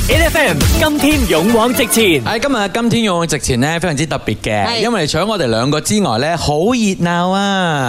8FM 今天勇往直前。 今日今天勇往直前咧，非常之特別嘅，因為除咗我哋兩個之外咧，好熱鬧啊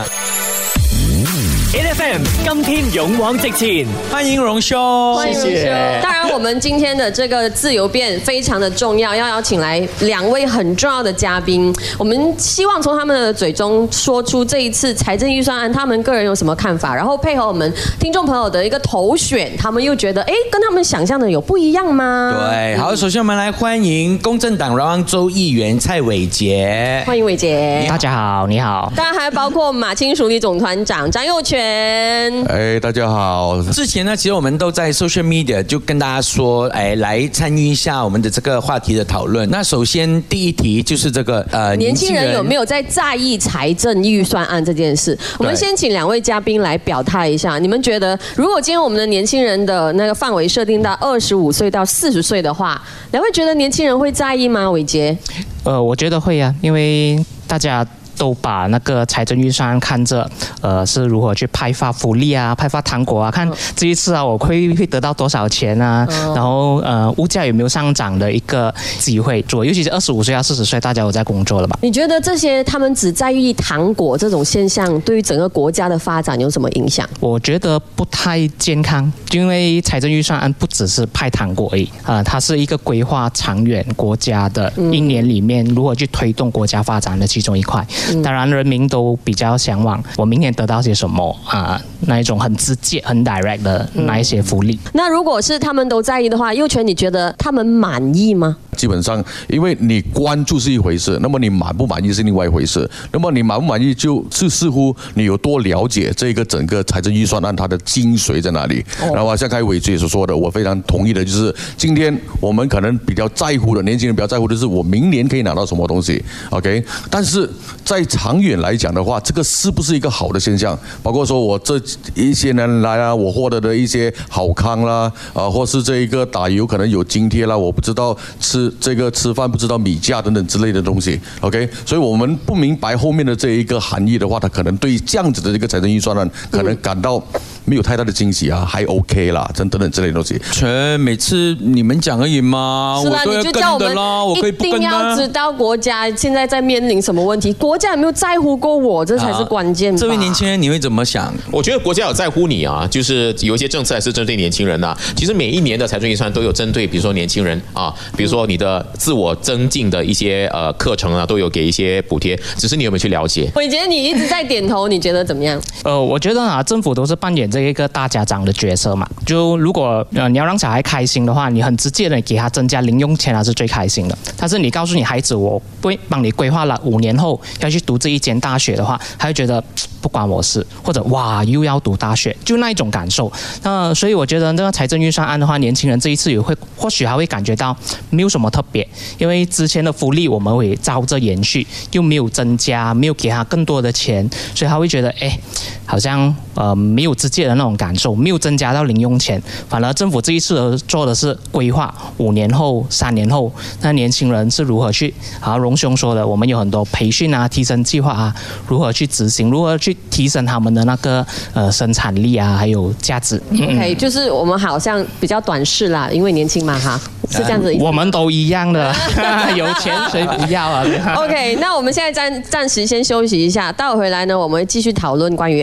！8FM 今天勇往直前， 歡迎榮兄， 歡迎榮兄。當然，我們今天的這個自由辯非常的重要，要邀請來兩位很重要的嘉賓。我們希望從他們的嘴中說出這一次財政預算案，他們個人有什麼看法，然後配合我們聽眾朋友的一個投選，他們又覺得，跟他們想象的有不一樣嗎？ 對，好，首先我們來歡迎公正黨榮安州議員蔡偉傑， 歡迎偉傑。 大家好，你好。 當然還包括馬青署理總團長張佑全。 大家好。 之前呢，其實我們都在 social media 就跟大家說，來參與一下我們的這個話題的討論。那首先第一題就是這個年輕人有沒有在意財政預算案這件事？我們先請兩位嘉賓來表態一下。你們覺得，如果今天我們的年輕人的那個範圍設定到25歲到40歲的話，兩位覺得年輕人會在意嗎？偉傑？ 我覺得會啊，因為大家都把那個財政預算看着，是如何去派發福利啊，派發糖果啊，看這一次啊，我會得到多少錢啊，然後物價有沒有上漲的一個機會，尤其是25歲到40歲，大家有在工作了吧？ 你覺得這些他們只在意糖果這種現象，對於整個國家的發展有什麼影響？ 我覺得不太健康，因為財政預算案不只是派糖果而已，它是一個規劃長遠國家的一年裡面如何去推動國家發展的其中一塊。當然，人民都比較向往我明年得到些什麼那一種很直接、很 direct 的那一些福利。 那如果是他們都在意的話，佑全，你覺得他們滿意嗎？ 基本上，因為你關注是一回事，那麼你滿不滿意是另外一回事。那麼你滿不滿意，就似乎你有多了解這個整個財政預算案它的精髓在哪裡。然後像剛才偉傑所說的，我非常同意的，就是今天我們可能比較在乎的年輕人比較在乎的是我明年可以拿到什麼東西 ，OK？ 但是在長遠來講的話，這個是不是一個好的現象？包括說我這一些年來啊，我獲得的一些好康啦，或是這一個打油可能有津貼啦，我不知道吃飯不知道米價等等之類的東西 ，OK？ 所以我們不明白後面的這一個含義的話，他可能對這樣子的這個財政預算案可能感到沒有太大的驚喜啊，還 OK 啦，等等之類的東西。 每次你們講而已嘛， 是啦，你就叫我們一定要知道國家現在在面臨什麼問題，國家有沒有在乎過我，這才是關鍵吧。 這位年輕人你會怎麼想？ 我覺得國家有在乎你啊，就是有一些政策還是針對年輕人啊。其實每一年的財政預算都有針對，比如說年輕人啊，比如說你的自我增進的一些課程啊，都有給一些補貼，只是你有沒有去了解？ 偉傑，你一直在點頭，你覺得怎麼樣？ 我覺得政府都是扮演這一個大家長的角色嘛。就如果你要讓小孩開心的話，你很直接的給他增加零用錢，他是最開心的。但是你告訴你孩子，我會幫你規劃了5年後要去讀這一間大學的話，他會覺得不關我事，或者哇又要讀大學，就那一種感受。所以我覺得這個財政預算案的話，年輕人這一次也會或許還會感覺到沒有什麼特別，因為之前的福利我們會照着延續，又沒有增加，沒有給他更多的錢，所以他會覺得好像沒有直接的那種感受，沒有增加到零用錢，反而政府這一次做的是規劃5年後、3年後，那年輕人是如何去，榮兄說的，我們有很多培訓啊、提升計劃啊，如何去執行，如何去提升他們的那個生產力啊，還有價值。 OK， 就是我們好像比較短視啦，因為年輕嘛哈，是這樣子。 我們都一樣的，有錢誰不要啊 ？OK， 那我們現在暫時先休息一下，待會回來呢，我們會繼續討論關於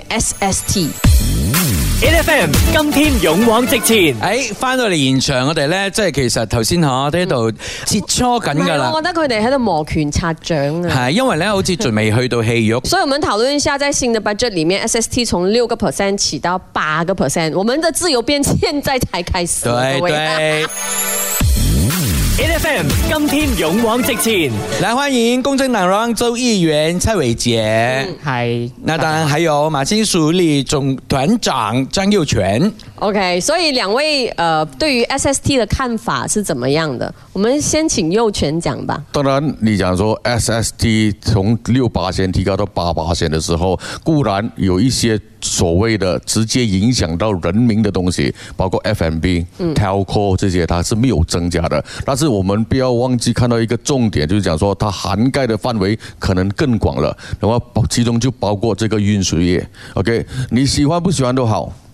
SST。8FM 今天勇往直前， 翻到嚟現場，我哋咧即係其實頭先喺呢度切磋緊㗎啦。 我覺得佢哋喺度摩拳擦掌啊。 係因為咧好似仲未去到戲肉。 所以我們討論一下，在新的 budget 裡面 ，SST 從6% 起到8%，我們的自由辯現在才開始。 對。 8FM 今天勇往直前， 來歡迎公正黨榮安州議員蔡偉傑。 嗨， 那當然還有馬青署理總團長張佑全。 OK， 所以兩位對於 SST 的看法是怎麼樣的？我們先請佑全講吧。 當然，你講說 SST 從6% 提高到8%的時候，固然有一些所謂的直接影響到人民的東西，包括 F&B、Telco 這些，它是沒有增加的。但是我們不要忘記看到一個重點，就是講說它涵蓋的範圍可能更廣了，然後其中就包括這個運輸業。OK， 你喜歡不喜歡都好。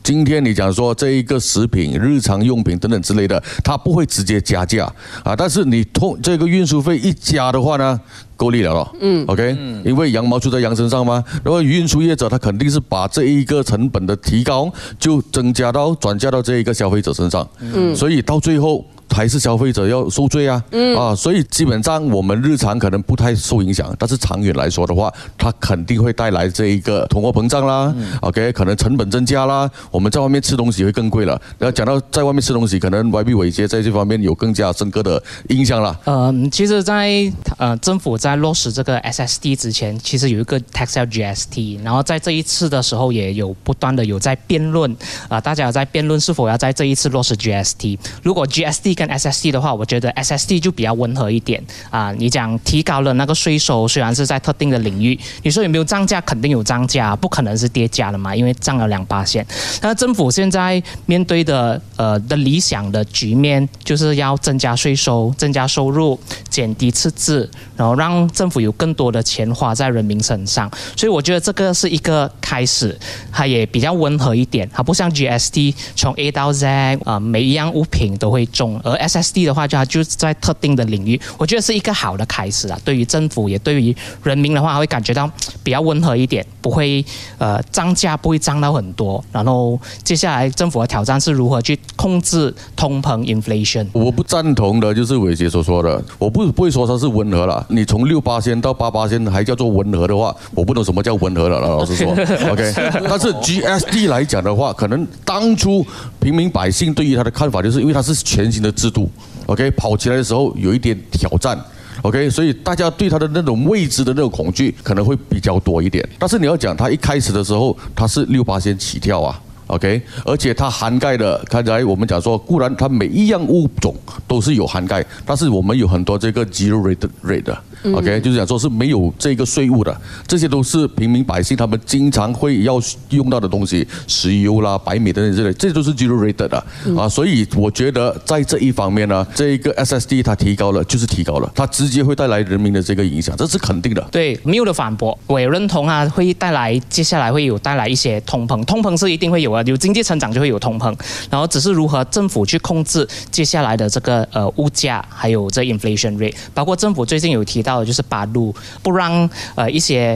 今天你讲说这一个食品、日常用品等等之类的，它不会直接加价啊，但是你这个运输费一加的话呢？够力了咯，OK，因为羊毛出在羊身上嘛，然后运输业者他肯定是把这一个成本的提高，就转嫁到这一个消费者身上，所以到最后还是消费者要受罪啊，所以基本上我们日常可能不太受影响，但是长远来说的话，它肯定会带来这一个通货膨胀啦，OK， 可能成本增加啦，我们在外面吃东西会更贵了。然后讲到在外面吃东西，可能YB伟杰在这方面有更加深刻的影响啦。 其实在，政府在落实这个 SSD 之前，其实有一个 Taxel GST， 然后在这一次的时候也有不断的有在辩论，大家有在辩论是否要在这一次落实 GST。如果 GST 跟 SSD 的话，我觉得 SSD 就比较温和一点啊。你讲提高了那个税收，虽然是在特定的领域，你说有没有涨价？肯定有涨价，不可能是跌价的嘛，因为涨了2%。那政府现在面对的理想的局面，就是要增加税收、增加收入、减低赤字，然后让政府有更多的钱花在人民身上。所以我觉得这个是一个开始，它也比较温和一点，它不像 GST 从 A 到 Z 每一样物品都会中，而 SSD 的话，它就在特定的领域，我觉得是一个好的开始啊。对于政府也对于人民的话，会感觉到比较温和一点，不会涨价不会涨到很多。然后接下来政府的挑战是如何去控制通膨 inflation。 我不赞同的就是伟杰所说的，我不会说它是温和了。你从6%到8%还叫做温和的话，我不懂什么叫温和了，老实说。OK， 但是 GSD 来讲的话，可能当初平民百姓对于他的看法，就是因为它是全新的制度 ，OK， 跑起来的时候有一点挑战。OK， 所以大家对它的那种未知的那种恐惧可能会比较多一点。但是你要讲它一开始的时候，它是6%起跳啊。OK， 而且它涵盖的，刚才我们讲说，固然它每一样物种都是有涵盖，但是我们有很多这个 zero rate 的 ，OK， 就是讲说是没有这个税务的，这些都是平民百姓他们经常会要用到的东西，石油啦、白米等等之类，这都是 zero rate 的啊，所以我觉得在这一方面呢，这一个 SSD 它提高了就是提高了，它直接会带来人民的这个影响，这是肯定的。 对，没有的反驳，我也认同啊，会带来接下来会有带来一些通膨，通膨是一定会有的。有经济成长就会有通膨，然后只是如何政府去控制接下来的这个物价，还有这 inflation rate， 包括政府最近有提到的就是8路，不让一些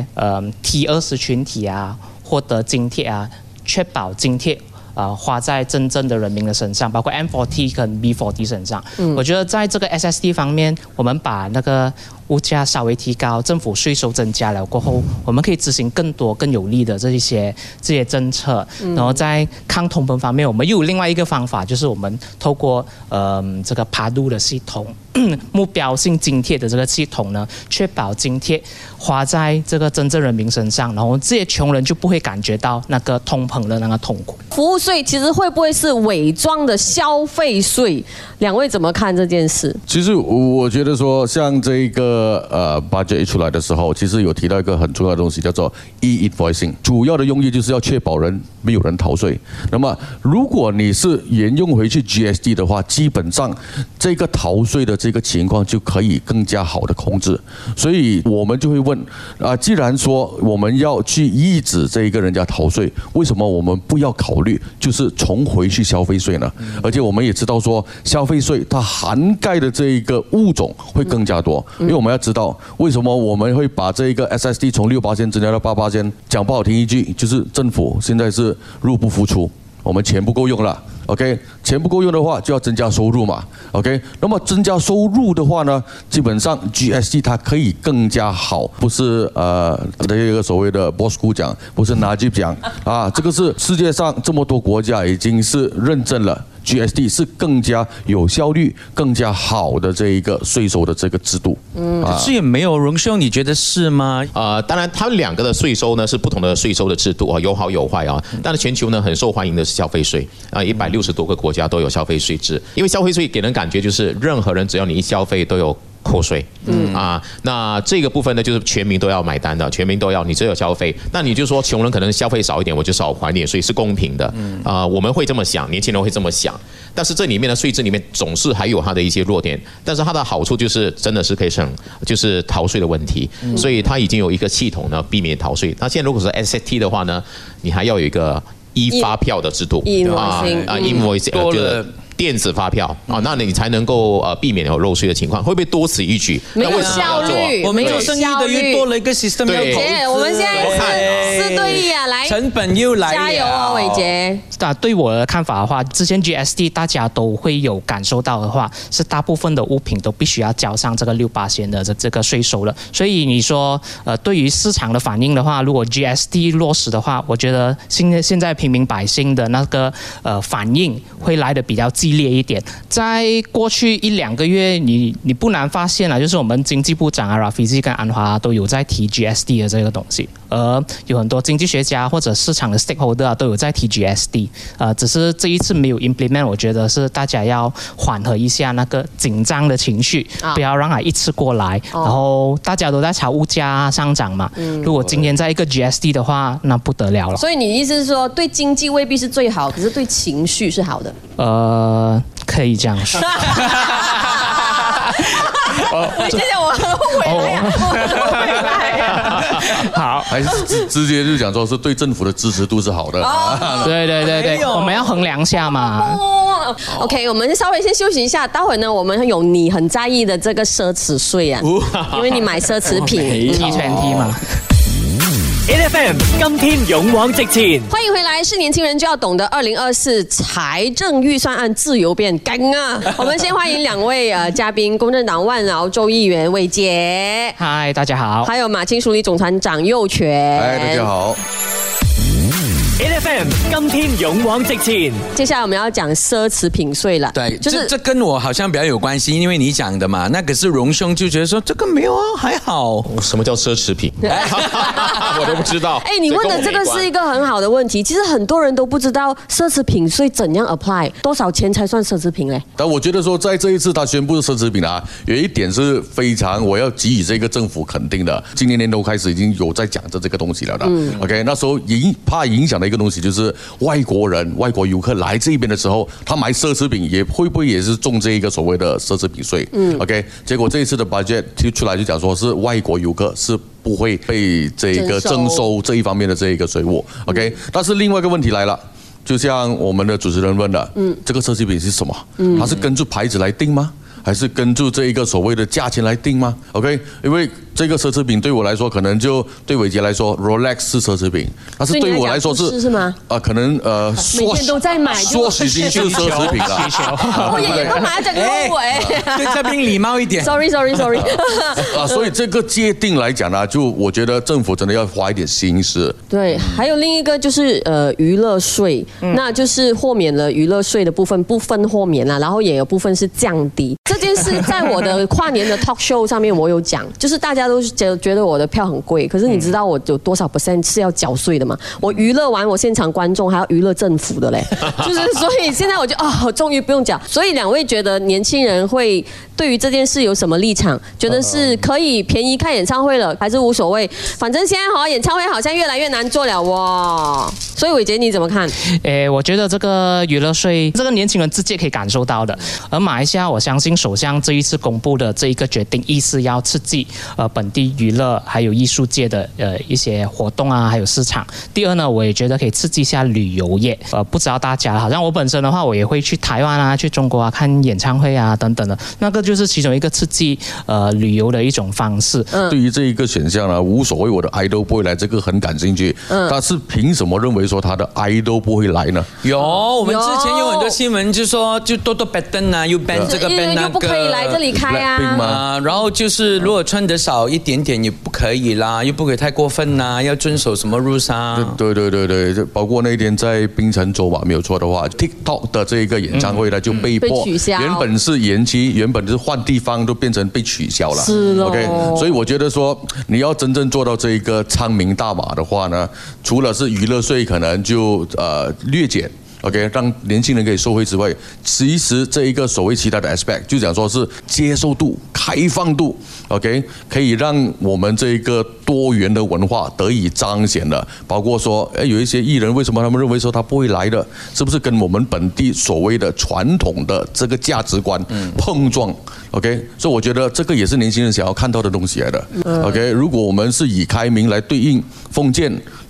T20群体啊获得津贴啊，确保津贴花在真正的人民的身上，包括 M40 跟 B40 身上。我觉得在这个 SSD 方面，我们把那个物价稍微提高，政府税收增加了过后，我们可以执行更多更有力的这些政策。然后在抗通膨方面，我们又有另外一个方法，就是我们透过这个爬路的系统。目标性津贴的这个系统呢，确保津贴花在这个真正人民身上，然后这些穷人就不会感觉到那个通膨的那个痛苦。 服务税其实会不会是伪装的消费税？两位怎么看这件事？ 其实我觉得说，像这个budget 一出来的时候，其实有提到一个很重要的东西，叫做 e-invoicing， 主要的用意就是要确保没有人逃税。那么如果你是沿用回去 GST 的话，基本上这个逃税的这个情况就可以更加好的控制。所以我们就会问既然说我们要去抑制这一个人家逃税，为什么我们不要考虑就是重回去消费税呢？而且我们也知道说，消费税它涵盖的这一个物种会更加多，因为我们要知道为什么我们会把这一个 SSD 从6%增加到8%，讲不好听一句，就是政府现在是入不敷出，我们钱不够用了。OK， 钱不够用的话，就要增加收入嘛。OK， 那么增加收入的话呢，基本上 GST 它可以更加好，不是这个所谓的 Bosco 奖，不是 Najib 奖啊，这个是世界上这么多国家已经是认证了。GST 是更加有效率、更加好的这一个税收的这个制度。 可是也没有荣兄，你觉得是吗？ 当然，他们两个的税收呢是不同的税收的制度啊，有好有坏啊。但是全球呢很受欢迎的是消费税啊，160多个国家都有消费税制，因为消费税给人感觉就是任何人只要你一消费都有扣税，那这个部分呢，就是全民都要买单的，全民都要，你只有消费，那你就说穷人可能消费少一点，我就少还点税，是公平的，我们会这么想，年轻人会这么想，但是这里面的税制里面总是还有它的一些弱点，但是它的好处就是真的是可以省，就是逃税的问题，所以它已经有一个系统呢避免逃税。那现在如果是 SST 的话呢，你还要有一个发票的制度 invoicing 多了就是电子发票啊，那你才能够避免有漏税的情况，会不会多此一举？ 没有那为什么要做效率， 我们做生意的又多了一个 system 要投资， 姐，我们现在是4对1啊，来， 成本又来了， 加油哦，伟杰。 对我的看法的话，之前 GST 大家都会有感受到的话，是大部分的物品都必须要交上这个6%的这个税收了。所以你说，对于市场的反应的话，如果 GST 落实的话，我觉得现在平民百姓的那个反应会来得比较激烈一点。在过去1-2个月，你不难发现了，就是我们经济部长Rafizi 跟安华都有在提 GST 的这个东西，有很多经济学家或者市场的 stakeholder 都有在提 GST，只是这一次没有 implement， 我觉得是大家要缓和一下那个紧张的情绪，不要让它一次过来，然后大家都在炒物价上涨嘛，如果今天在一个 GST 的话，那不得了了。 所以你的意思是说，对经济未必是最好，可是对情绪是好的。 可以这样说。 谢谢我回来呀，我回来呀。 好， 还是直接就讲说是对政府的支持度是好的。 对，我们要衡量一下嘛。 OK， 我们稍微先休息一下，待会呢，我们有你很在意的这个奢侈税啊，因为你买奢侈品 T20嘛。 8FM 今天勇往直前， 欢迎回来，是年轻人就要懂得2024财政预算案自由变干啊！我们先欢迎2位嘉宾，公正党万饶州议员伟杰， 嗨，大家好， 还有马青署理总团长佑全， 哎，大家好。 8FM 今天勇往直前。 接下来我们要讲奢侈品税了， 对， 就是这跟我好像比较有关系，因为你讲的嘛，那可是荣兄就觉得说这个没有啊，还好。 什么叫奢侈品？我都不知道。 哎，你问的这个是一个很好的问题，其实很多人都不知道奢侈品税怎样 apply， 多少钱才算奢侈品嘞？ 但我觉得说，在这一次他宣布的奢侈品啊，有一点是非常我要给予这个政府肯定的。今年年头开始已经有在讲这个东西了的。OK， 那时候怕影响的一个东西就是外国人、外国游客来这边的时候，他买奢侈品也会不会也是中这一个所谓的奢侈品税？OK， 结果这一次的 budget 提出来就讲说是外国游客是不会被这个征收这一方面的这一个税务。OK， 但是另外一个问题来了。就像我们的主持人问的，这个奢侈品是什么？它是根据牌子来定吗？还是根据这一个所谓的价钱来定吗 ？OK， 因为这个奢侈品对我来说，可能就对伟杰来说 ，Rolex 是奢侈品，但是对我来说是吗？ 可能每天都在买， 说许金是奢侈品了。 我也干嘛这个我对这边礼貌一点。 Sorry。 所以这个界定来讲呢，就我觉得政府真的要花一点心思。 对，还有另一个就是娱乐税，那就是豁免了娱乐税的部分，部分豁免啦，然后也有部分是降低。这件事在我的跨年的 talk show 上面我有讲，就是大家都觉得我的票很贵，可是你知道我有多少 % 是要缴税的吗？我娱乐完我现场观众还要娱乐政府的嘞，就是所以现在我就我终于不用缴。所以2位觉得年轻人会对于这件事有什么立场？觉得是可以便宜看演唱会了，还是无所谓？反正现在演唱会好像越来越难做了哇。所以伟杰你怎么看？ 我觉得这个娱乐税，这个年轻人直接可以感受到的。而马来西亚，我相信首相这一次公布的这一个决定，意是要刺激本地娱乐还有艺术界的一些活动啊，还有市场。第二呢，我也觉得可以刺激一下旅游业。不知道大家，好像我本身的话，我也会去台湾啊，去中国啊看演唱会啊等等的，那个就是其中一个刺激旅游的一种方式。 对于这一个选项呢，无所谓，我的 idol 不会来，这个很感兴趣。但是凭什么认为说他的 idol 不会来呢？ 有，我们之前有很多新闻就说，就多 ban 啊，又 ban 这个 ban 那个， 又不可以来这里开啊。 然后就是如果穿得少一点点也不可以啦，又不可以太过分啦，要遵守什么 rules 啊？ 对，包括那一天在槟城州吧，没有错的话 ，TikTok 的这一个演唱会呢就被迫取消， 原本是延期，原本是换地方，都变成被取消了。 是哦 OK， 所以我觉得说你要真正做到这一个昌明大马的话呢，除了是娱乐税可能就略减。OK， 让年轻人可以受惠之外，其实这一个所谓其他的 aspect， 就讲说是接受度、开放度 ，OK， 可以让我们这一个多元的文化得以彰显的。包括说，有一些艺人为什么他们认为说他不会来的，是不是跟我们本地所谓的传统的这个价值观碰撞 ？OK， 所以我觉得这个也是年轻人想要看到的东西来的。OK， 如果我们是以开明来对应封建。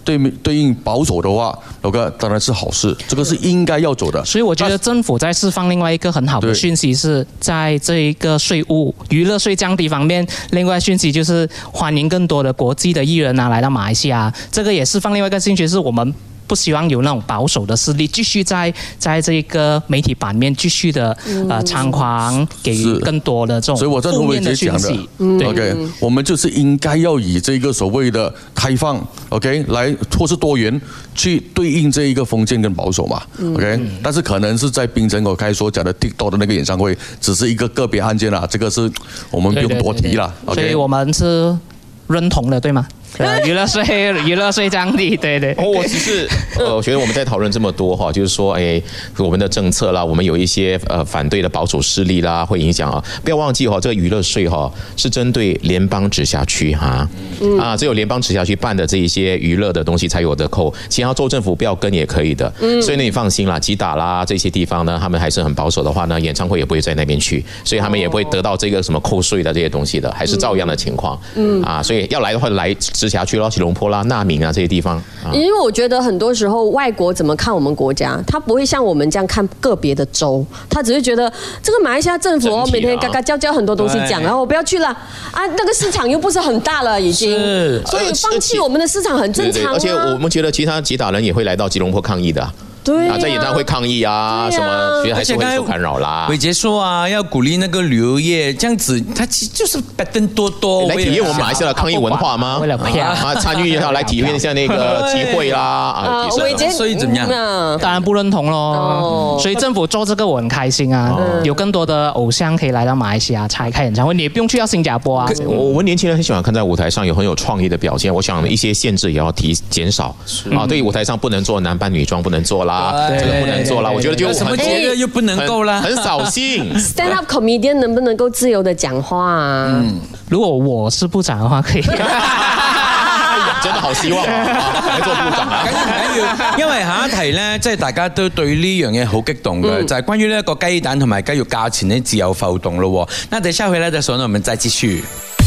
对应保守的话，OK， 当然是好事，这个是应该要走的。 所以我觉得政府在释放另外一个很好的讯息，是在这一个税务、娱乐税降低方面，另外讯息就是欢迎更多的国际的艺人来到马来西亚，这个也释放另外一个讯息，是我们不希望有那种保守的势力继续在这个媒体版面继续的猖狂，给予更多的这种负面的讯息。 OK， 我们就是应该要以这个所谓的开放 ，OK， 来或是多元去对应这一个封建跟保守嘛 ，OK， 但是可能是在槟城我开所讲的 TikTok 的那个演唱会，只是一个个别案件啦，这个是我们不用多提啦。 所以我们是认同的，对吗？娱乐税降低，对。 我只是我觉得我们在讨论这么多哈，就是说，我们的政策啦，我们有一些反对的保守势力啦，会影响啊。不要忘记哈，这个娱乐税哈是针对联邦直辖区哈，只有联邦直辖区办的这一些娱乐的东西才有得扣，其他州政府不要跟也可以的。所以呢，你放心啦，吉打啦这些地方呢，他们还是很保守的话呢，演唱会也不会在那边去，所以他们也不会得到这个什么扣税的这些东西的，还是照样的情况。所以要来的话来直辖区咯，吉隆坡啦、纳明啊这些地方。 因为我觉得很多时候外国怎么看我们国家，他不会像我们这样看个别的州，他只会觉得这个马来西亚政府每天嘎嘎叫很多东西讲，然后我不要去了啊，那个市场又不是很大了已经，所以放弃我们的市场很正常。 而且我们觉得其他吉打人也会来到吉隆坡抗议的。 对啊， 在演唱会抗议啊，什么，所以还是会受干扰啦。 伟杰说啊，要鼓励那个旅游业，这样子，他就是拜登多来体验我们马来西亚的抗议文化吗？ 为了参与一下，来体验一下那个集会啦。 伟杰，所以怎么样？ 当然不认同咯。所以政府做这个我很开心啊，有更多的偶像可以来到马来西亚开演唱会，你也不用去到新加坡啊。 我们年轻人很喜欢看在舞台上有很有创意的表现，我想一些限制也要减少啊。对于舞台上不能做男扮女装，不能做啦。这个不能做了，我觉得就什么节日又不能够啦， 很扫兴。 Stand up comedian 能不能够自由的讲话啊？ 如果我是部长的话，可以。 真的好希望啊！做部長啊， 緊要，因為下一題咧，即係大家都對呢樣嘢好激動嘅，就係關於呢一個雞蛋同埋雞肉價錢咧自由浮動咯。那等下回來的時候呢，我們再繼續。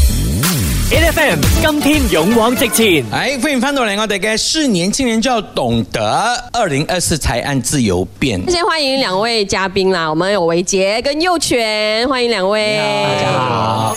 8FM 今天勇往直前， 歡迎翻到嚟我哋嘅是年輕人就要懂得2024財案自由辯。 先歡迎兩位嘉賓啦，我們有維杰跟佑全，歡迎兩位。 大家好。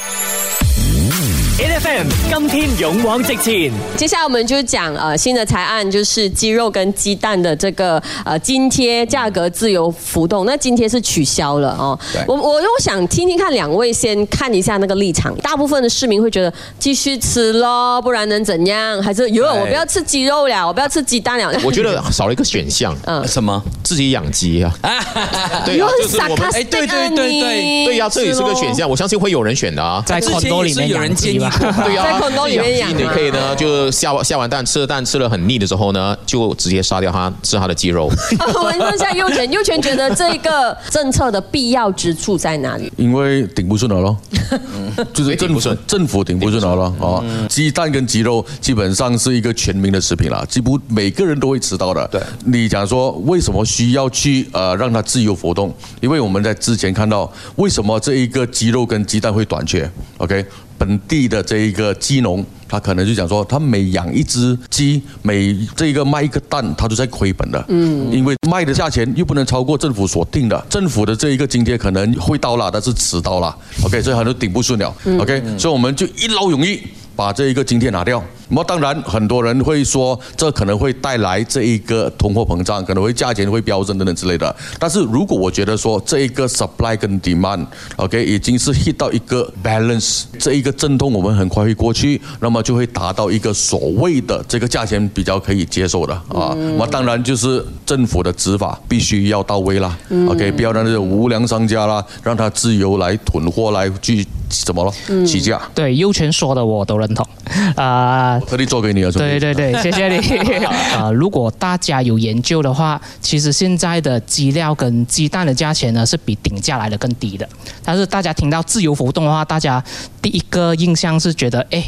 8FM 今天勇往直前， 接下來我們就講新的財案，就是雞肉跟雞蛋的這個津貼價格自由浮動，那津貼是取消了哦。我想聽聽看兩位先看一下那個立場，大部分的市民會覺得繼續吃咯，不然能怎樣？還是我不要吃雞肉了，我不要吃雞蛋了。 我覺得少了一個選項， 什麼？ 自己養雞啊？對啊，就是我們對呀，這也是個選項，我相信會有人選的啊。 在condo裡面有人建議。 對呀， 在condo裡面養， 你可以呢，就下完蛋吃了蛋吃了很膩的時候呢，就直接殺掉它，吃它的雞肉。 我問一下佑全，佑全覺得這個政策的必要之處在哪裡？ 因為頂不順了咯，就是政府頂不順了咯。哦，雞蛋跟雞肉基本上是一個全民的食品啦，幾乎每個人都會吃到的。對，你講說為什麼需要去讓它自由浮動？因為我們在之前看到為什麼這一個雞肉跟雞蛋會短缺 ？OK。本地的這一個雞農，他可能就講說，他每養一隻雞，每這個賣一個蛋，他都在虧本的。因為賣的價錢又不能超過政府所定的，政府的這一個津貼可能會到了，但是遲到了。OK，所以很多頂不順了。OK，所以我們就一勞永逸把這一個津貼拿掉。那當然，很多人會說，這可能會帶來這一個通貨膨脹，可能會價錢會飆升等等之類的。但是如果我覺得說，這一個 supply 跟 demand，OK， 已經是 hit 到一個 balance，這一個陣痛我們很快會過去，那麼就會達到一個所謂的這個價錢比較可以接受的啊。那當然就是政府的執法必須要到位啦。OK， 不要讓這種無良商家啦，讓他自由來囤貨來去怎麼了起價。 對，佑全說的我都認同。 特地做給你啊！ 對對對，謝謝你。如果大家有研究的話，其實現在的雞料跟雞蛋的價錢呢，是比頂價來的更低的。但是大家聽到自由浮動的話，大家第一個印象是覺得，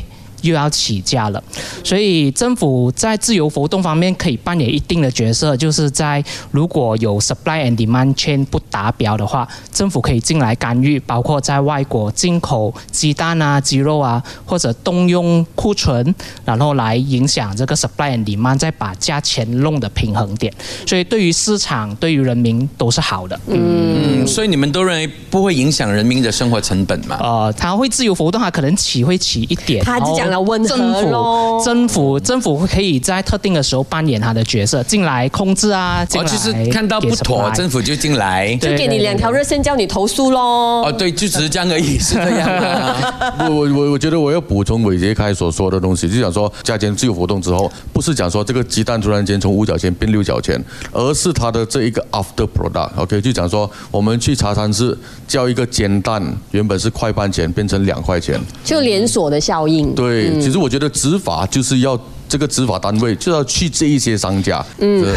又要起价了，所以政府在自由浮动方面可以扮演一定的角色，就是在如果有 supply and demand chain 不达标的话，政府可以进来干预，包括在外国进口鸡蛋啊、鸡肉啊，或者动用库存，然后来影响这个 supply and demand， 再把价钱弄得平衡点。所以对于市场、对于人民都是好的。 所以你们都认为不会影响人民的生活成本吗？ 它会自由浮动，它可能会起一点。 他就讲了温和咯。 政府可以在特定的时候扮演它的角色，进来控制啊，进来就是看到不妥，政府就进来， 就给你2条热线叫你投诉咯。 对，就只是这样而已，是这样啊。 我觉得我要补充伟杰开始所说的东西，就讲说价钱自由浮动之后，不是讲说这个鸡蛋突然间从5角钱变6角钱，而是它的这一个 after product，OK， 就讲说我们去茶餐室叫一个煎蛋，原本是块半钱变成2块钱， 就连锁的效应。 对，其实我觉得执法就是要。这个执法单位就要去这一些商家，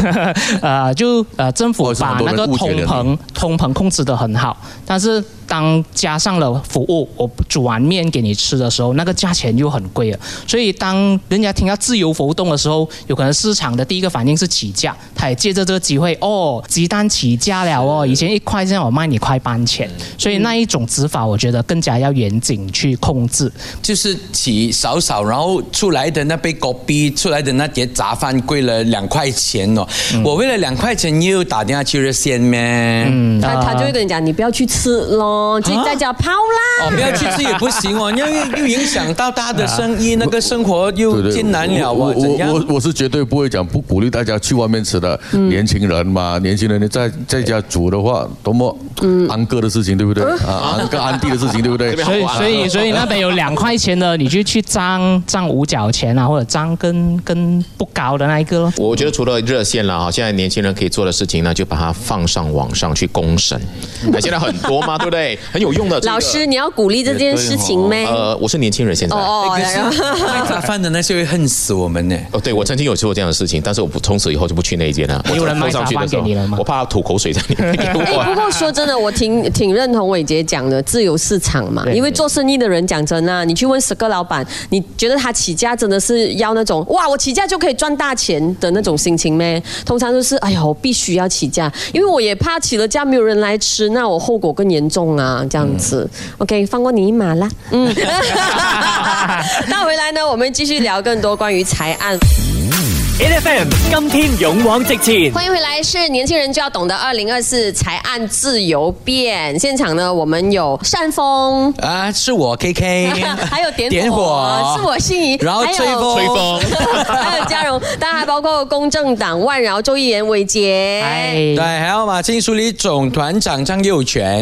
政府把那个通膨控制得很好，但是当加上了服务，我煮完面给你吃的时候，那个价钱又很贵了。所以当人家听到自由浮动的时候，有可能市场的第一个反应是起价，他也借着这个机会，鸡蛋起价了哦，以前1块，现在我卖你块半钱，所以那一种执法，我觉得更加要严谨去控制， 就是起少少，然后出来的那杯咖啡。出来的那碟杂饭贵了2块钱哦，我为了2块钱又打电话去热线咩？ 他就会跟你讲，你不要去吃咯，自己在家泡啦。 不要去吃也不行哦，又影响到大家的生意，那个生活又艰难了啊，怎样？ 我是绝对不会讲不鼓励大家去外面吃的，年轻人嘛，年轻人你在家煮的话，多么安个的事情，对不对？安地的事情，对不对？ 所以那边有2块钱的，你就去涨5角钱啊，或者涨跟不高的那一个咯。 我觉得除了热线了现在年轻人可以做的事情呢，就把它放上网上去公审。现在很多嘛，对不对？很有用的。 老师，你要鼓励这件事情咩？ 我是年轻人，现在。 卖杂饭的那些会恨死我们呢。 对，我曾经有做过这样的事情，但是我从此以后就不去那一间了。 有人卖杂饭给你了吗？ 我怕他吐口水在里面。 不过说真的，我挺认同伟杰讲的自由市场嘛，因为做生意的人讲真啊，你去问10个老板，你觉得他起价真的是要那种哇，我起价就可以赚大钱的那种心情咩？通常就是哎呀，我必须要起价，因为我也怕起了价没有人来吃，那我后果更严重啊，这样子。OK， 放过你一马啦。那回来呢，我们继续聊更多关于财案。 8FM 今天勇往直前， 欢迎回来，是年轻人就要懂得2024财案自由变。现场呢，我们有扇风是我 KK， 还有点火，是我心仪， 然后吹风， 还有嘉荣，当然还包括公正党万饶州议员伟杰， 对，还有马青书理总团长张佑全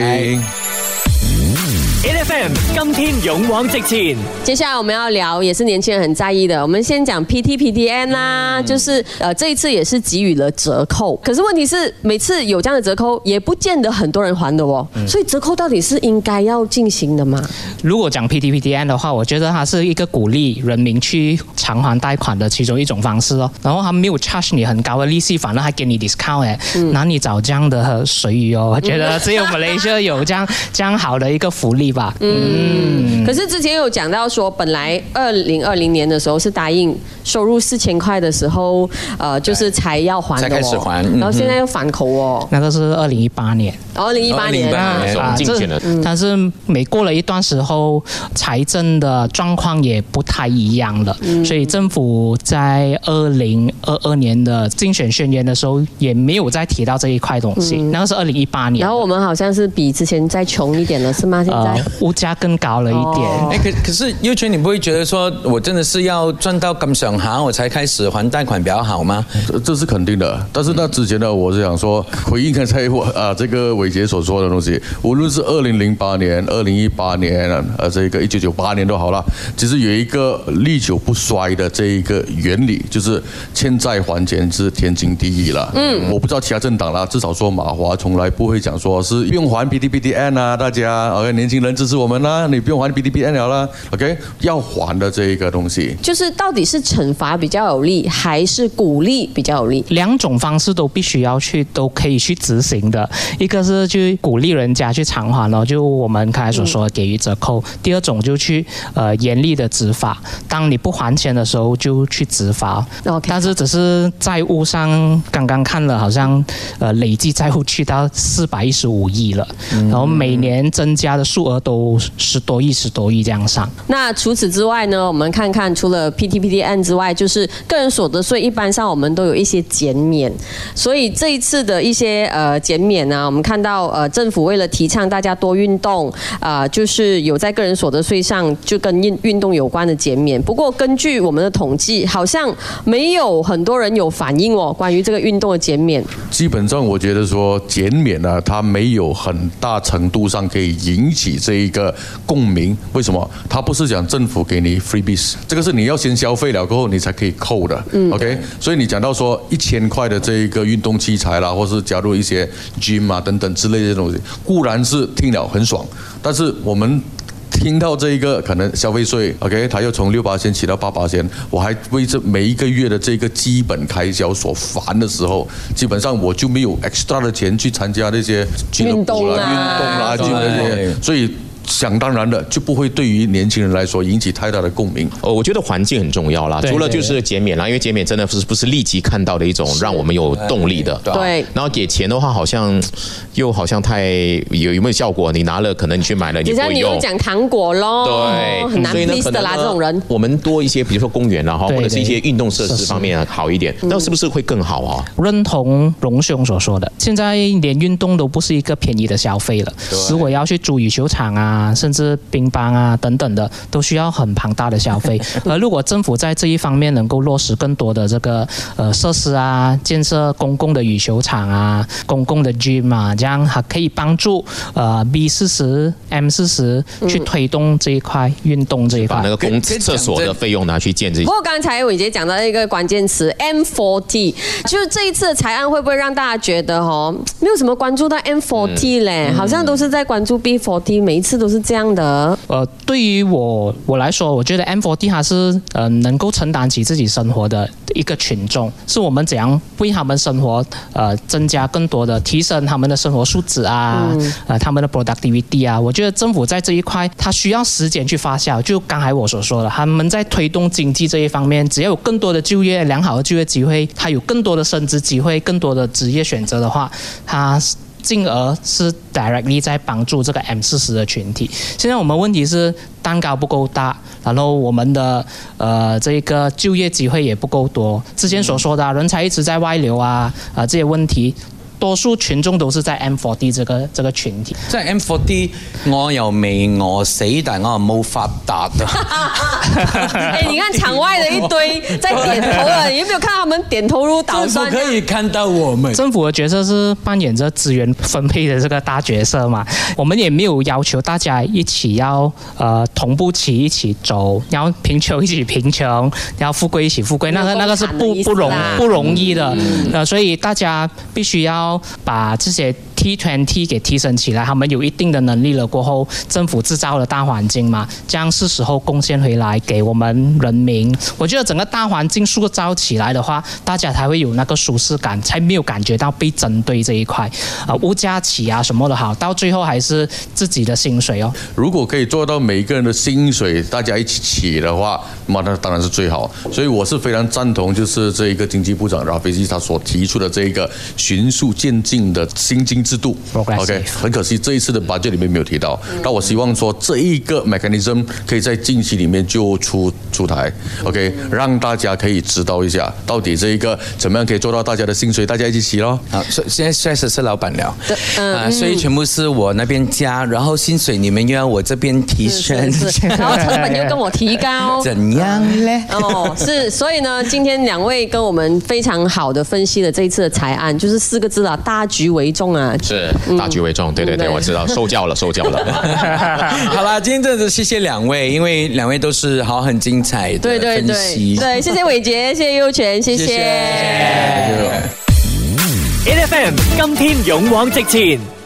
8FM 今天勇往直前。 接下来我们要聊也是年轻人很在意的，我们先讲 PTPTN 啦，就是这一次也是给予了折扣，可是问题是每次有这样的折扣也不见得很多人还的哦，所以折扣到底是应该要进行的吗？ 如果讲 PTPTN 的话，我觉得它是一个鼓励人民去偿还贷款的其中一种方式哦，然后它没有 charge 你很高的利息，反而还给你 discount 哪里找这样的水鱼哦？我觉得只有 Malaysia 有这样好的一个福利吧。 可是之前有讲到说，本来2020年的时候是答应收入4000块的时候，就是才要还的才开始还， 然后现在又反口哦。 那个是2018年 ，2018年但是每过了一段时候，财政的状况也不太一样了，所以政府在2022年的竞选宣言的时候也没有再提到这一块东西。那个是2018年， 然后我们好像是比之前再穷一点了，是吗？现在物价更高了一点。 可是佑全，你不会觉得说我真的是要赚到咁上下我才开始还贷款比较好吗？ 这是肯定的。但是那之前呢，我是想说回应刚才这个伟杰所说的东西，无论是2008年、2018年这个1998年都好了，其实有一个历久不衰的这一个原理，就是欠债还钱是天经地义了。我不知道其他政党啦，至少说马华从来不会讲说是不用还 PTPTN 啊，大家年轻人支持我们啦，你不用还 PTPN 了啦 ，OK， 要还的这一个东西。 就是到底是惩罚比较有利，还是鼓励比较有利？ 两种方式都必须都可以去执行的。一个是去鼓励人家去偿还咯，就我们刚才所说的给予折扣。第二种就去严厉的执法，当你不还钱的时候就去执法。 OK， 但是只是债务上刚刚看了，好像累计债务去到415亿了，然后每年增加的数额都10多亿这样上。 那除此之外呢，我们看看除了 PTPTN 之外，就是个人所得税一般上我们都有一些减免，所以这一次的一些减免呢，我们看到政府为了提倡大家多运动，就是有在个人所得税上就跟运动有关的减免。不过根据我们的统计，好像没有很多人有反映哦，关于这个运动的减免。 基本上我觉得说减免呢，它没有很大程度上可以引起这一个共鸣。为什么？它不是讲政府给你 freebies， 这个是你要先消费了过后你才可以扣的。OK， 所以你讲到说1000块的这一个运动器材啦，或是加入一些 gym 啊等等之类的东西，固然是听了很爽，但是我们听到这一个可能消费税 ，OK， 它又从6%起到8%，我还为这每一个月的这个基本开销所烦的时候，基本上我就没有 extra 的钱去参加那些运动啦， 那些，所以。想当然的，就不会对于年轻人来说引起太大的共鸣。 我觉得环境很重要啦，除了就是减免啦，因为减免真的不是立即看到的一种让我们有动力的。 对。 然后给钱的话，好像太有没有效果？你拿了，可能你去买了，你不会用。 你又讲糖果咯， 对， 很难 please 的啦，这种人。 我们多一些，比如说公园啦，或者是一些运动设施方面好一点，那是不是会更好啊？ 认同荣兄所说的，现在连运动都不是一个便宜的消费了。如果要去租羽球场啊，甚至乒乓啊等等的，都需要很庞大的消费。而如果政府在这一方面能够落实更多的这个设施啊，建设公共的羽球场啊、公共的 gym 啊，这样还可以帮助B40、M40去推动这一块运动这一块。 把那个公厕所的费用拿去建这些。 不过刚才伟杰讲到一个关键词 M40， 就是这一次的财案会不会让大家觉得没有什么关注到 M40 嘞，好像都是在关注 B40， 每一次都是这样的。 对于我来说，我觉得 M40 它是能够承担起自己生活的一个群众，是我们怎样为他们生活增加更多的提升他们的生活素质啊，他们的 productivity 啊。我觉得政府在这一块，它需要时间去发酵。就刚才我所说的，他们在推动经济这一方面，只要有更多的就业、良好的就业机会，它有更多的升职机会、更多的职业选择的话，它进而是 directly 在帮助这个 M40的群体。现在我们问题是蛋糕不够大，然后我们的这个就业机会也不够多。之前所说的人才一直在外流这些问题。多数群眾都是在 M40 這個群體。 即係 M40，我又未餓死，但我又冇發達哎，你看場外的一堆在點頭了，你有沒有看他們點頭如搗蒜？ 政府可以看到我們。 政府的角色是扮演着資源分配的這個大角色嘛，我們也沒有要求大家一起要同步起一起走，然後貧窮一起貧窮，然後富貴一起富貴，那個是不容易的。所以大家必須要把這些T20給提升起來，他們有一定的能力了過後，政府製造了大環境嘛，這樣是時候貢獻回來給我們人民。我覺得整個大環境塑造起來的話，大家才會有那個舒適感，才沒有感覺到被針對這一塊。物價起啊什麼都好，到最後還是自己的薪水哦。 如果可以做到每個人的薪水大家一起起的話，那當然是最好。所以我是非常贊同，就是這一個經濟部長Rafizi他所提出的這一個循序漸進的薪金制度。OK， 很可惜這一次的 budget 裡面沒有提到。但我希望說這一個 mechanism 可以在近期裡面就出台 ，OK， 讓大家可以知道一下到底這一個怎麼樣可以做到大家的薪水大家一起起咯。 好，現在是老闆了，所以全部是我那邊加，然後薪水你們又要我這邊提升， 然後成本又跟我提高， 怎樣呢？ 哦，是，所以呢，今天兩位跟我們非常好的分析了這一次的財案，就是4個字啊，大局為重啊。 是大局為重，對對對，我知道，受教了。 好啦，今天真的是謝謝兩位，因為兩位都是很精彩的分析。 對，謝謝偉傑，謝謝佑全，謝謝。 8FM 今天勇往直前。